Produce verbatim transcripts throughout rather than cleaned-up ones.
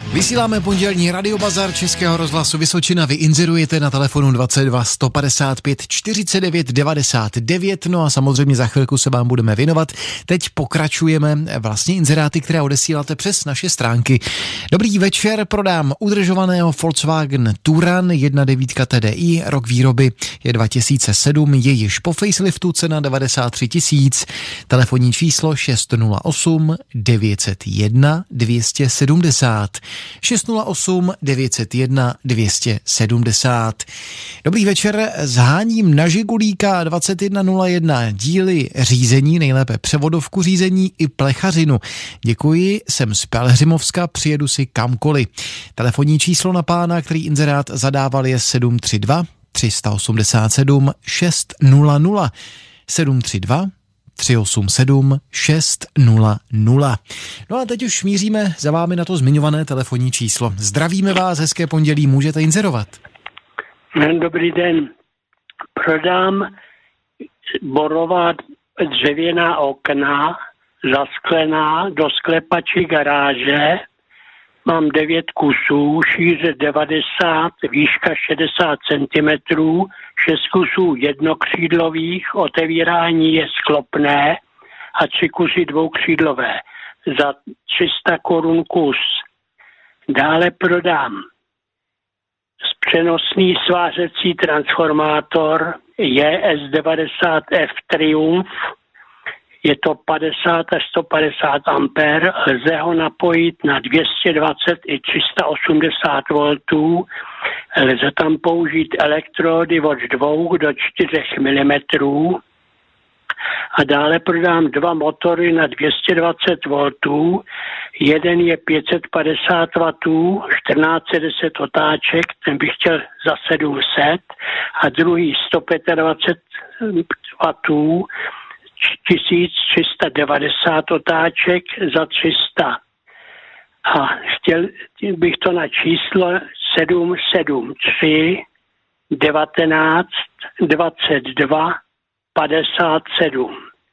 Vysíláme pondělní radiobazar Českého rozhlasu Vysočina. Vy inzerujete na telefonu dvacet dva sto padesát pět čtyřicet devět devadesát devět. No a samozřejmě za chvilku se vám budeme věnovat. Teď pokračujeme vlastně inzeráty, které odesíláte přes naše stránky. Dobrý večer, prodám udržovaného Volkswagen Touran jedna devět T D I, rok výroby je dva tisíce sedm, je již po faceliftu, cena devadesát tři tisíc, telefonní číslo šest nula osm devět set jedna dvě stě sedmdesát. šest nula osm devět set jedna dvě stě sedmdesát. Dobrý večer, zháním na Žigulíka dvacet jedna nula jedna díly řízení, nejlépe převodovku řízení i plechařinu. Děkuji, jsem z Pelhřimovska, přijedu si kamkoliv. Telefonní číslo na pána, který inzerát zadával, je sedm tři dva tři osm sedm šest nula nula. sedm tři dva tři osm sedm šest nula nula. No a teď už míříme za vámi na to zmiňované telefonní číslo. Zdravíme vás, hezké pondělí, můžete inzerovat. Dobrý den. Prodám borová dřevěná okna, zasklená do sklepačí garáže. Mám devět kusů, šíře devadesát, výška šedesát centimetrů, šest kusů jednokřídlových, otevírání je sklopné a tři kusy dvoukřídlové za tři sta korun kus. Dále prodám přenosný svářecí transformátor J S devadesát F Triumph. Je to padesát až sto padesát ampér, lze ho napojit na dvě stě dvacet i tři sta osmdesát voltů, lze tam použít elektrody od dvou do čtyřech milimetrů a dále prodám dva motory na dvě stě dvacet voltů, jeden je pět set padesát wattů, čtrnáct set deset otáček, ten bych chtěl za sedm set, a druhý sto dvacet pět wattů, tisíc tři sta devadesát otáček za tři sta. A chtěl bych to na číslo sedm sedm tři devatenáct dvacet dva padesát sedm.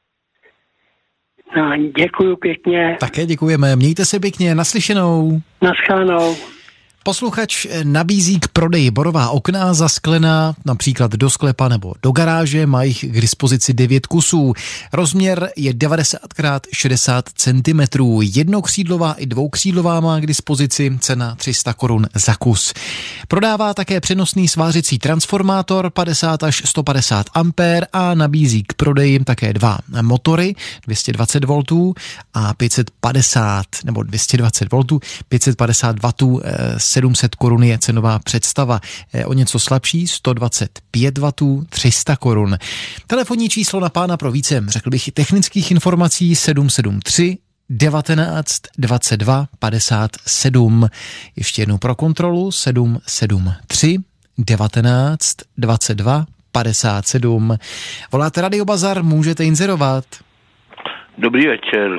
No, děkuju pěkně. Také děkujeme, mějte se pěkně, naslyšenou. Naschledanou. Posluchač nabízí k prodeji borová okna zasklená, například do sklepa nebo do garáže, mají k dispozici devět kusů. Rozměr je devadesát krát šedesát centimetrů. Jednokřídlová i dvoukřídlová má k dispozici, cena tři sta korun za kus. Prodává také přenosný svářecí transformátor padesát až sto padesát ampér a nabízí k prodeji také dva motory dvě stě dvacet voltů a pět set padesát nebo dvě stě dvacet voltů, pět set padesát wattů, sedm set korun je cenová představa. O něco slabší sto dvacet pět wattů, tři sta korun. Telefonní číslo na pána pro více, řekl bych, technických informací sedm sedm tři devatenáct dvacet dva padesát sedm. Ještě jednou pro kontrolu sedm sedm tři devatenáct dvacet dva padesát sedm. Voláte Radiobazar, můžete inzerovat. Dobrý večer.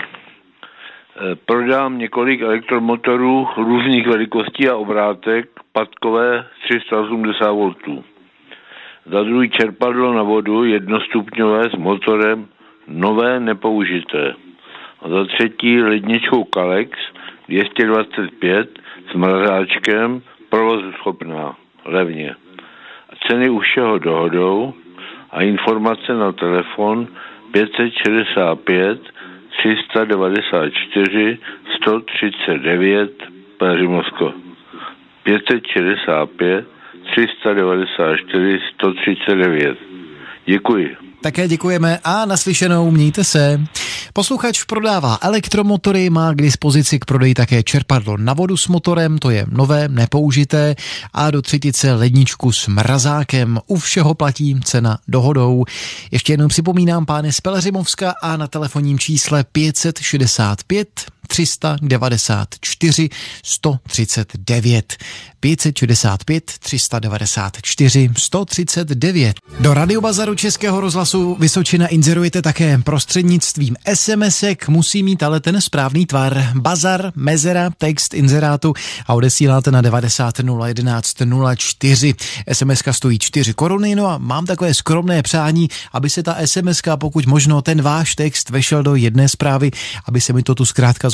Prodám několik elektromotorů různých velikostí a obrátek, patkové tři sta osmdesát voltů. Za druhý čerpadlo na vodu jednostupňové s motorem nové nepoužité. A za třetí ledničkou Kalex dvě stě dvacet pět s mrazáčkem, provozuschopná, levně. A ceny už všeho dohodou a informace na telefon pět set šedesát pět tři sta devadesát čtyři sto třicet devět Pelhřimovsko. pět set šedesát pět tři sta devadesát čtyři sto třicet devět. Děkuji. Také děkujeme a naslyšenou, mějte se. Posluchač prodává elektromotory, má k dispozici k prodeji také čerpadlo na vodu s motorem, to je nové, nepoužité, a do třetice ledničku s mrazákem. U všeho platí cena dohodou. Ještě jednou připomínám, pány z Pelhřimovska, a na telefonním čísle pět set šedesát pět tři sta devadesát čtyři sto třicet devět. pět set šedesát pět tři sta devadesát čtyři sto třicet devět. Do Radiobazaru Českého rozhlasu Vysočina inzerujete také prostřednictvím SMSek, musí mít ale ten správný tvar. Bazar, mezera, text inzerátu a odesíláte na devadesát nula jedenáct nula čtyři. SMSka stojí čtyři koruny, no a mám takové skromné přání, aby se ta SMSka, pokud možno ten váš text, vešel do jedné zprávy, aby se mi to tu zkrátka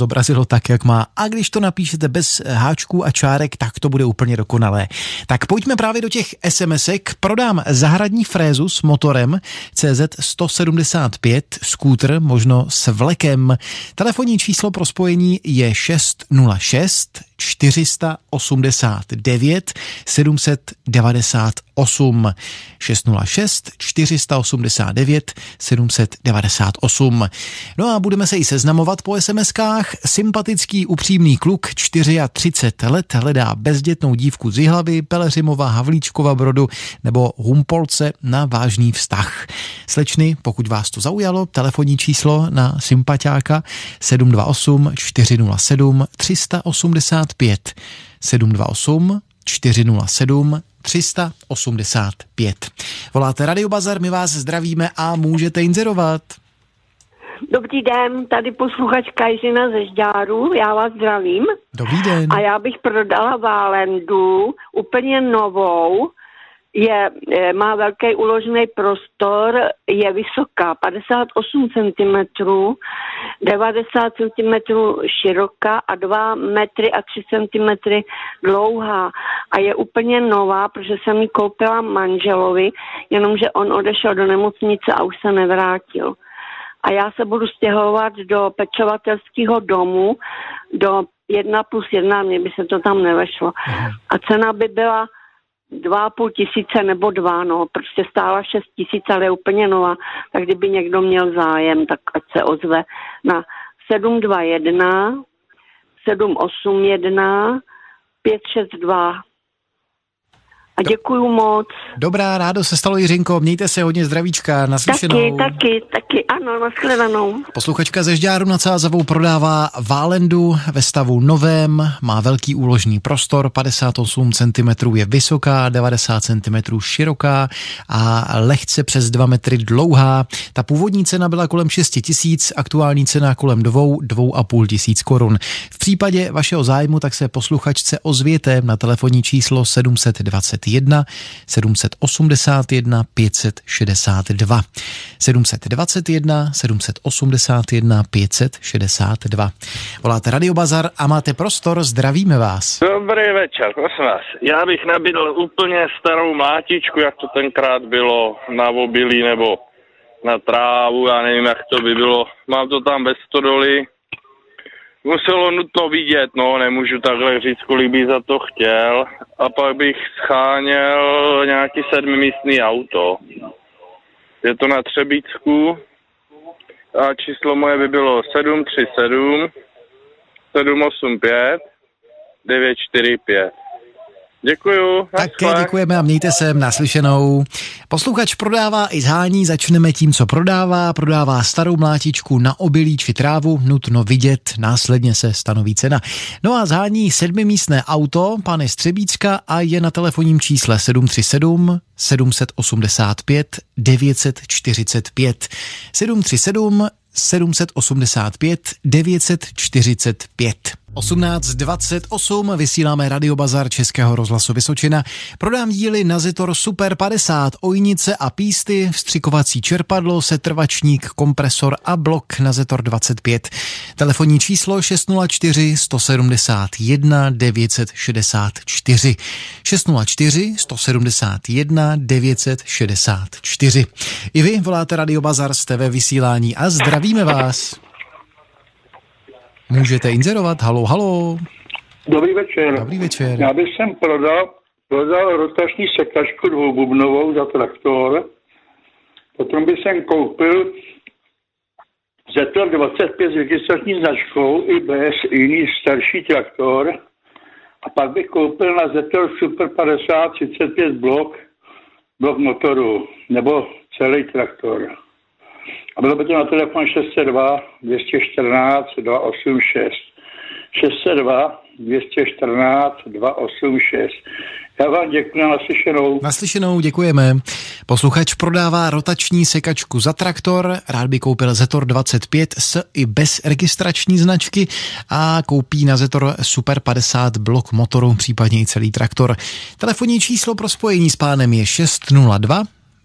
zobrazilo tak, jak má. A když to napíšete bez háčků a čárek, tak to bude úplně dokonalé. Tak pojďme právě do těch SMSek. Prodám zahradní frézu s motorem C Z sto sedmdesát pět, skútr, možno s vlekem. Telefonní číslo pro spojení je šest nula šest čtyři osm devět sedm devět osm. šest nula šest čtyři osm devět sedm devět osm. No a budeme se i seznamovat po SMSkách. Sympatický, upřímný kluk, třicet čtyři let, hledá bezdětnou dívku z Jihlavy, Peleřimova, Havlíčkova Brodu nebo Humpolce na vážný vztah. Slečny, pokud vás to zaujalo, telefonní číslo na sympatiáka sedm dva osm čtyři nula sedm tři osm pět. sedm dva osm čtyři nula sedm tři osm pět. Voláte Radio Bazar, my vás zdravíme a můžete inzerovat. Dobrý den, tady posluchačka Jiřina ze Žďáru, já vás zdravím. Dobrý den. A já bych prodala Válendu, úplně novou, je, má velký uložený prostor, je vysoká, padesát osm centimetrů, devadesát centimetrů široká a dva metry a tři centimetry dlouhá. A je úplně nová, protože jsem ji koupila manželovi, jenomže on odešel do nemocnice a už se nevrátil. A já se budu stěhovat do pečovatelského domu, do jedna plus jedna, mně by se to tam nevešlo. A cena by byla dva a půl tisíce nebo dva, no, prostě stála šest tisíc, ale je úplně nová. Tak kdyby někdo měl zájem, tak ať se ozve na sedm dva jedna sedm osm jedna pět šest dva. A děkuju moc. Dobrá, rádo se stalo, Jiřinko, mějte se, hodně zdravíčka, naslyšenou. Taky, taky, taky, ano, nashledanou. Posluchačka ze Žďáru nad Sázavou prodává Válendu ve stavu novém, má velký úložný prostor, padesát osm centimetrů je vysoká, devadesát centimetrů široká a lehce přes dva metry dlouhá. Ta původní cena byla kolem šest tisíc, aktuální cena kolem dvou, dvou a půl tisíc korun. V případě vašeho zájmu tak se posluchačce ozvěte na telefonní číslo sedm dvacet jedna sedm osmdesát jedna pět set šedesát dva. sedm dvacet jedna sedm osmdesát jedna pět set šedesát dva. Voláte Radio Bazar a máte prostor, zdravíme vás. Dobrý večer, prosím vás. Já bych nabídl úplně starou mlátičku, jak to tenkrát bylo na obilí nebo na trávu, já nevím, jak to by bylo. Mám to tam bez stodoly. Muselo nutno vidět, no, nemůžu takhle říct, kolik bych za to chtěl. A pak bych scháněl nějaký sedmimístný auto. Je to na Třebíčsku a číslo moje by bylo sedm tři sedm sedm osm pět devět čtyři pět. Děkuju. Také děkujeme a mějte se, naslyšenou. Posluchač prodává i zhání, začneme tím, co prodává. Prodává starou mlátičku na obilí či trávu, nutno vidět, následně se stanoví cena. No a zhání sedmimístné auto, pane Střebíčka, a je na telefonním čísle sedm tři sedm sedm osm pět devět čtyři pět. sedm tři sedm sedm osm pět devět čtyři pět. osmnáct dvacet osm vysíláme Radio Bazar Českého rozhlasu Vysočina. Prodám díly na Zetor Super padesát, ojnice a písty, vstřikovací čerpadlo, setrvačník, kompresor a blok na Zetor dvacet pět. Telefonní číslo šest nula čtyři sto sedmdesát jedna devět šedesát čtyři. šest nula čtyři sto sedmdesát jedna devět šedesát čtyři. I vy voláte Radio Bazar, jste ve vysílání a zdravíme vás. Můžete inzerovat. Halo, halo. Dobrý večer. Dobrý večer. Já bych sem prodal, prodal rotační sekačku dvoububnovou za traktor. Potom bych sem koupil Zetor dvacet pět s registrační značkou i bez jiný starší traktor. A pak bych koupil na Zetor Super padesát třicet pět blok, blok motoru, nebo celý traktor. A bylo by to na telefon šest set dva dvě stě čtrnáct dva osm šest. šest set dva dvě stě čtrnáct dva osm šest. Já vám děkuji, na naslyšenou. Naslyšenou, děkujeme. Posluchač prodává rotační sekačku za traktor, rád by koupil Zetor dvacet pět s i bez registrační značky a koupí na Zetor Super padesát blok motoru, případně i celý traktor. Telefonní číslo pro spojení s pánem je šest nula dva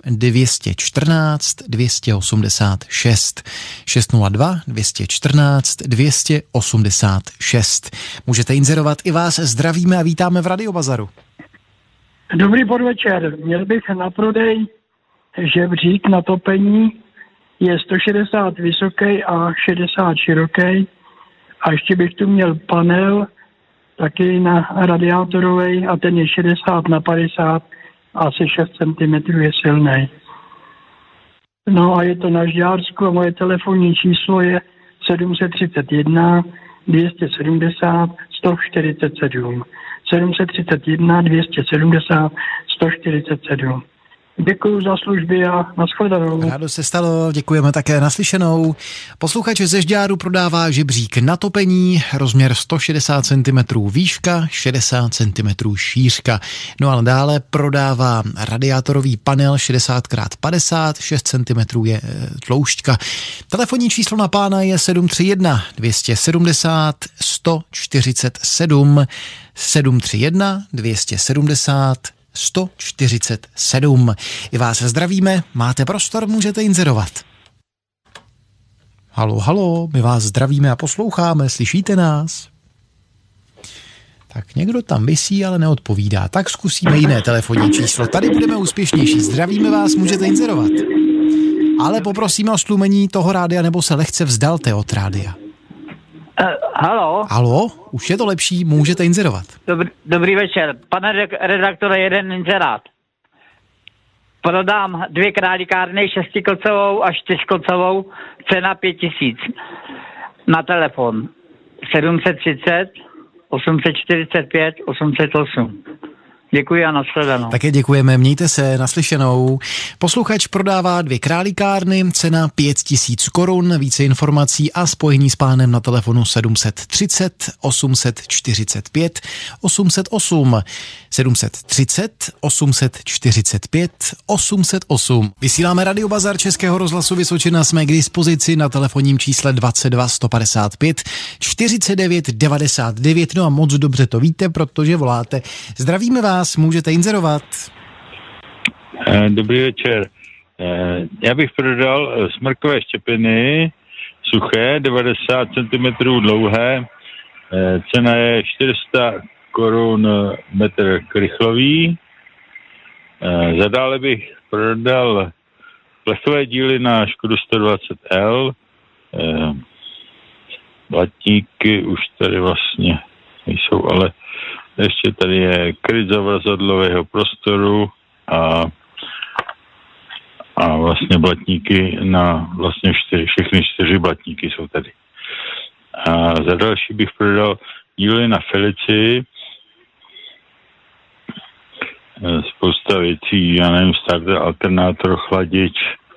dvě čtrnáct dvě osmdesát šest. šest nula dva dvě čtrnáct dvě osmdesát šest. Můžete inzerovat, i vás zdravíme a vítáme v Radiobazaru. Dobrý podvečer. Měl bych na prodej žebřík na topení, je sto šedesát vysoký a šedesát široký. A ještě bych tu měl panel, taky na radiátorovej, a ten je šedesát na padesát, asi šest centimetrů je silný. No a je to na Žďársku a moje telefonní číslo je sedm tři jedna dvě sedmdesát sto čtyřicet sedm. sedm tři jedna dvě sedmdesát sto čtyřicet sedm. Děkuji za služby a nashledanou. Rádo se stalo, děkujeme také, naslyšenou. Posluchač ze Žďáru prodává žebřík na topení, rozměr sto šedesát centimetrů výška, šedesát centimetrů šířka. No ale dále prodává radiátorový panel šedesát krát padesát, šest centimetrů je tloušťka. Telefonní číslo na pána je sedm tři jedna dvě sedmdesát sto čtyřicet sedm, sedm tři jedna dvě sedmdesát sto čtyřicet sedm. I vás zdravíme, máte prostor, můžete inzerovat. Halo, halo, my vás zdravíme a posloucháme, slyšíte nás? Tak někdo tam visí, ale neodpovídá. Tak zkusíme jiné telefonní číslo. Tady budeme úspěšnější. Zdravíme vás, můžete inzerovat. Ale poprosíme o stlumení toho rádia, nebo se lehce vzdalte od rádia. Uh, halo? Halo, už je to lepší, můžete inzerovat. Dobrý, dobrý večer. Pane redaktore, jeden inzerát. Prodám dvě králíkárny, šestikolcovou a čtyřkolcovou, cena pět tisíc. Na telefon sedm tři nula osm čtyřicet pět osm nula osm. Děkuji a nashledanou. Také děkujeme, mějte se, naslyšenou. Posluchač prodává dvě králíkárny, cena pět tisíc korun, více informací a spojení s pánem na telefonu sedm tři nula osm čtyřicet pět osm nula osm, sedm tři nula osm čtyřicet pět osm nula osm. Vysíláme Radiobazar Českého rozhlasu Vysočina, jsme k dispozici na telefonním čísle dvacet dva sto padesát pět čtyřicet devět devadesát devět, no a moc dobře to víte, protože voláte. Zdravíme vás, můžete inzerovat. Dobrý večer. Já bych prodal smrkové štěpiny, suché, devadesát centimetrů dlouhé. Cena je čtyři sta korun metr krychlový. Zadále bych prodal plechové díly na Škodu sto dvacet L. Blatníky už tady vlastně nejsou, ale ještě tady je kryt zavazadlového prostoru a, a vlastně blatníky na vlastně čtyři, všechny čtyři blatníky jsou tady. A za další bych prodal díly na Felici, spousta věcí, já nevím, starter, alternátor, chladič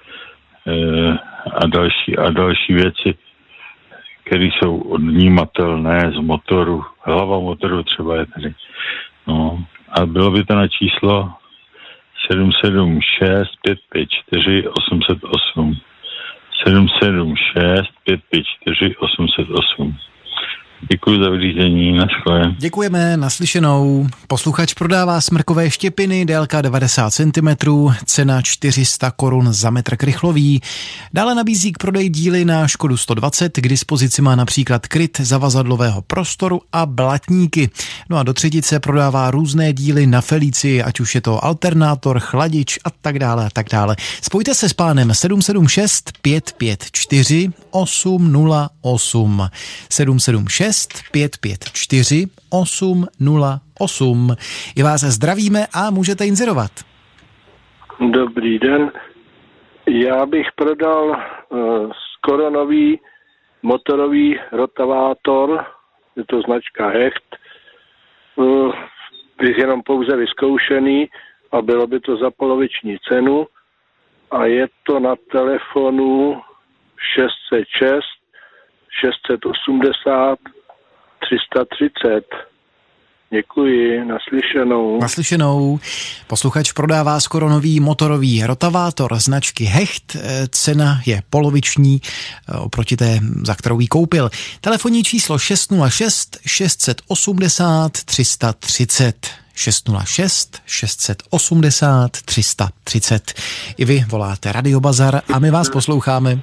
a další, a další věci, které jsou odnímatelné z motoru. Hlava motoru třeba je tady. No, a bylo by to na číslo sedm sedm šest pět pět čtyři osm set osm. sedm sedm šest pět pět čtyři osm set osm. Děkuji za vyřízení, naschle. Děkujeme, naslyšenou. Posluchač prodává smrkové štěpiny, délka devadesát centimetrů, cena čtyři sta korun za metr krychlový. Dále nabízí k prodeji díly na Škodu sto dvacet, k dispozici má například kryt zavazadlového prostoru a blatníky. No a do třetice prodává různé díly na Felici, ať už je to alternátor, chladič a tak dále a tak dále. Spojte se s pánem sedm sedm šest pět pět čtyři osm nula osm. sedm sedm šest pět pět čtyři osm nula osm. I vás zdravíme a můžete inzerovat. Dobrý den. Já bych prodal uh, skoro nový motorový rotavátor, je to značka Hecht, uh, bych jenom pouze vyzkoušený a bylo by to za poloviční cenu a je to na telefonu šest set šest šest set osmdesát tři sta třicet. Děkuji, naslyšenou. Naslyšenou. Posluchač prodává skoro nový motorový rotavátor značky Hecht. Cena je poloviční oproti té, za kterou ji koupil. Telefonní číslo šest nula šest šest set osmdesát tři sta třicet. šest nula šest šest osmdesát tři třicet. I vy voláte Radio Bazar a my vás posloucháme.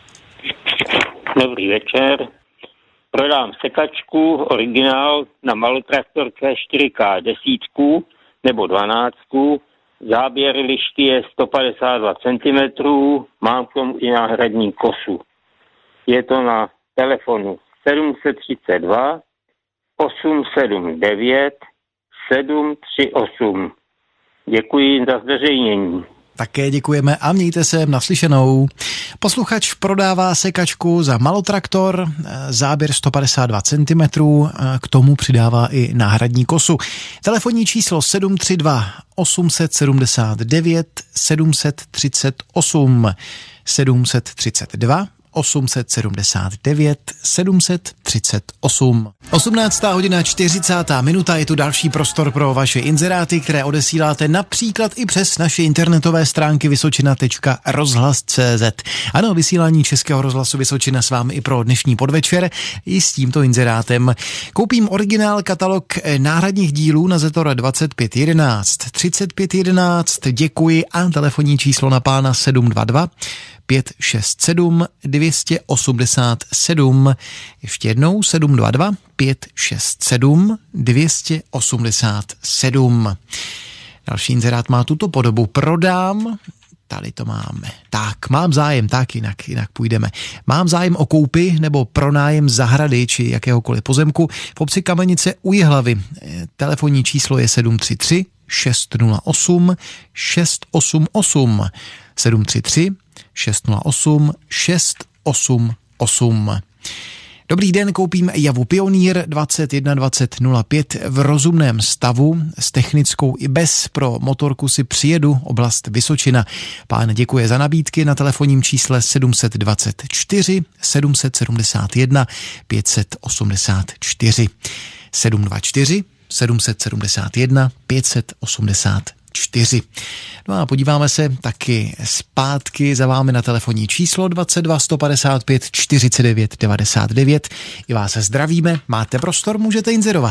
Dobrý večer. Prodám sekačku, originál na malotraktorce čtyři ká deset nebo dvanáct. Záběr lišty je sto padesát dva centimetrů, mám k tomu i náhradní kosu. Je to na telefonu sedm tři dva osm sedm devět sedm tři osm. Děkuji za zveřejnění. Také děkujeme a mějte se, naslyšenou. Posluchač prodává sekačku za malotraktor, záběr sto padesát dva centimetrů, k tomu přidává i náhradní kosu. Telefonní číslo sedm tři dva osm sedm devět sedm tři osm sedm tři dva osm sedm devět sedm tři osm. osmnáctá hodina čtyřicátá minuta, je tu další prostor pro vaše inzeráty, které odesíláte například i přes naše internetové stránky vysočina tečka rozhlas tečka cé zet. Ano, vysílání Českého rozhlasu Vysočina s vámi i pro dnešní podvečer i s tímto inzerátem. Koupím originál katalog náhradních dílů na Zetor dvacet pět jedenáct třicet pět jedenáct, děkuji a telefonní číslo na pána sedm dva dva pět šest sedm dvě osmdesát sedm. Ještě jednou sedm dva dva pět šest sedm dvě osmdesát sedm. Další inzerát má tuto podobu. Prodám, tady to máme. Tak, mám zájem, tak jinak, jinak půjdeme. Mám zájem o koupi nebo pronájem zahrady či jakéhokoliv pozemku v obci Kamenice u Jihlavy. Telefonní číslo je sedm tři tři šest nula osm šest osm osm. sedm tři tři šest nula osm šest osm osm. Dobrý den, koupím Javu Pionýr dvacet jedna dvacet nula pět v rozumném stavu, s technickou i bez, pro motorku si přijedu, oblast Vysočina. Pán děkuje za nabídky na telefonním čísle sedm dva čtyři sedm sedm jedna pět osm čtyři sedm dva čtyři sedm sedm jedna pět osm čtyři. No a podíváme se taky zpátky za vámi na telefonní číslo dvacet dva sto padesát pět čtyřicet devět devadesát devět. I vás zdravíme, máte prostor, můžete inzerovat.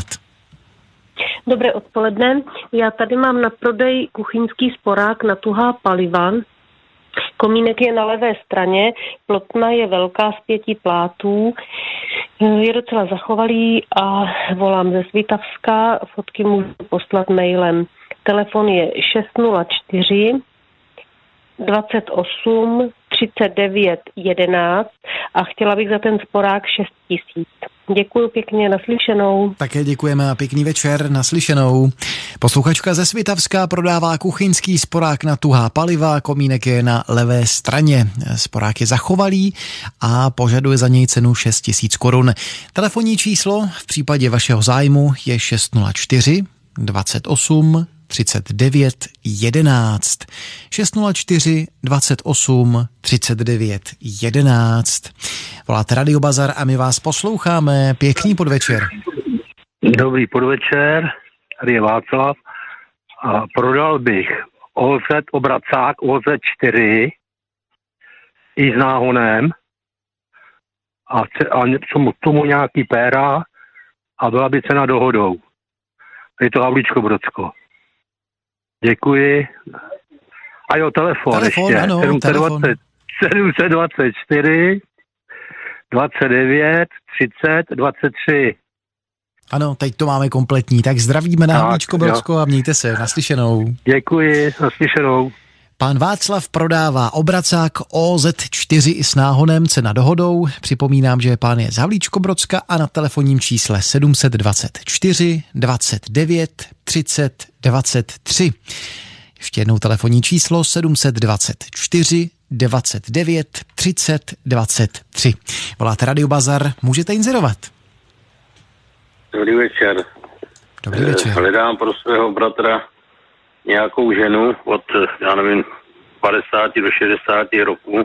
Dobré odpoledne, já tady mám na prodej kuchyňský sporák na tuhá paliva. Komínek je na levé straně, plotna je velká z pěti plátů, je docela zachovalý a volám ze Svitavska, fotky můžu poslat mailem. Telefon je šest nula čtyři dvacet osm třicet devět jedenáct a chtěla bych za ten sporák šest tisíc. Děkuji pěkně, naslyšenou. Také děkujeme a pěkný večer, naslyšenou. Posluchačka ze Svitavska prodává kuchyňský sporák na tuhá paliva, komínek je na levé straně. Sporák je zachovalý a požaduje za něj cenu šest tisíc korun. Telefonní číslo v případě vašeho zájmu je šest nula čtyři dvacet osm třicet devět jedenáct. šest nula čtyři dvacet osm třicet devět jedenáct. Voláte Radio Bazar a my vás posloucháme. Pěkný podvečer. Dobrý podvečer, tady je Václav. A prodal bych O Z obracák O Z čtyři i s náhonem a, a tomu, tomu nějaký péra a byla by cena dohodou. Je to Havlíčko Brodsko. Děkuji. A jo, telefon, telefon ještě. Ano, sedm set dvacet, sedm set dvacet čtyři dvacet devět třicet dvacet tři. Ano, teď to máme kompletní. Tak zdravíme na Havlíčko Brodsko a mějte se. Naslyšenou. Děkuji, naslyšenou. Pán Václav prodává obracák O Z čtyři i s náhonem, cena dohodou. Připomínám, že pán je z Havlíčkobrodska a na telefonním čísle sedm set dvacet čtyři dvacet devět třicet dvacet tři. Ještě jednou telefonní číslo sedm set dvacet čtyři dvacet devět třicet dvacet tři. Voláte Radio Bazar, můžete inzerovat. Dobrý večer. Dobrý večer. Hledám pro svého bratra nějakou ženu od, já nevím, padesát do šedesáti roků.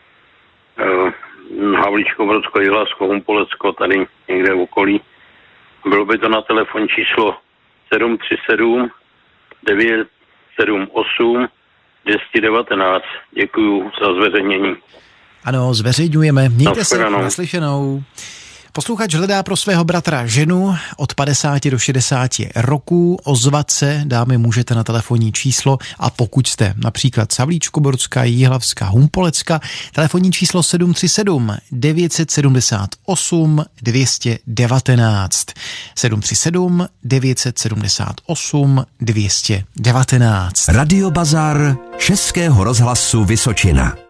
Havlíčko, Brodsko, Jihlavsko, Humpolecko, tady někde v okolí. Bylo by to na telefon číslo sedm tři sedm devět sedm osm dvě jedna devět. Děkuju za zveřejnění. Ano, zveřejňujeme. Mějte se, naslyšenou. Posluchač hledá pro svého bratra ženu od padesáti do šedesáti roků. Ozvat se, dámy, můžete na telefonní číslo, a pokud jste například Savlíčkoborská, Jihlavská, Humpolecka, telefonní číslo sedm tři sedm devět sedm osm dvě devatenáct. sedm tři sedm devět sedm osm dvě devatenáct. Radio Bazar Českého rozhlasu Vysočina.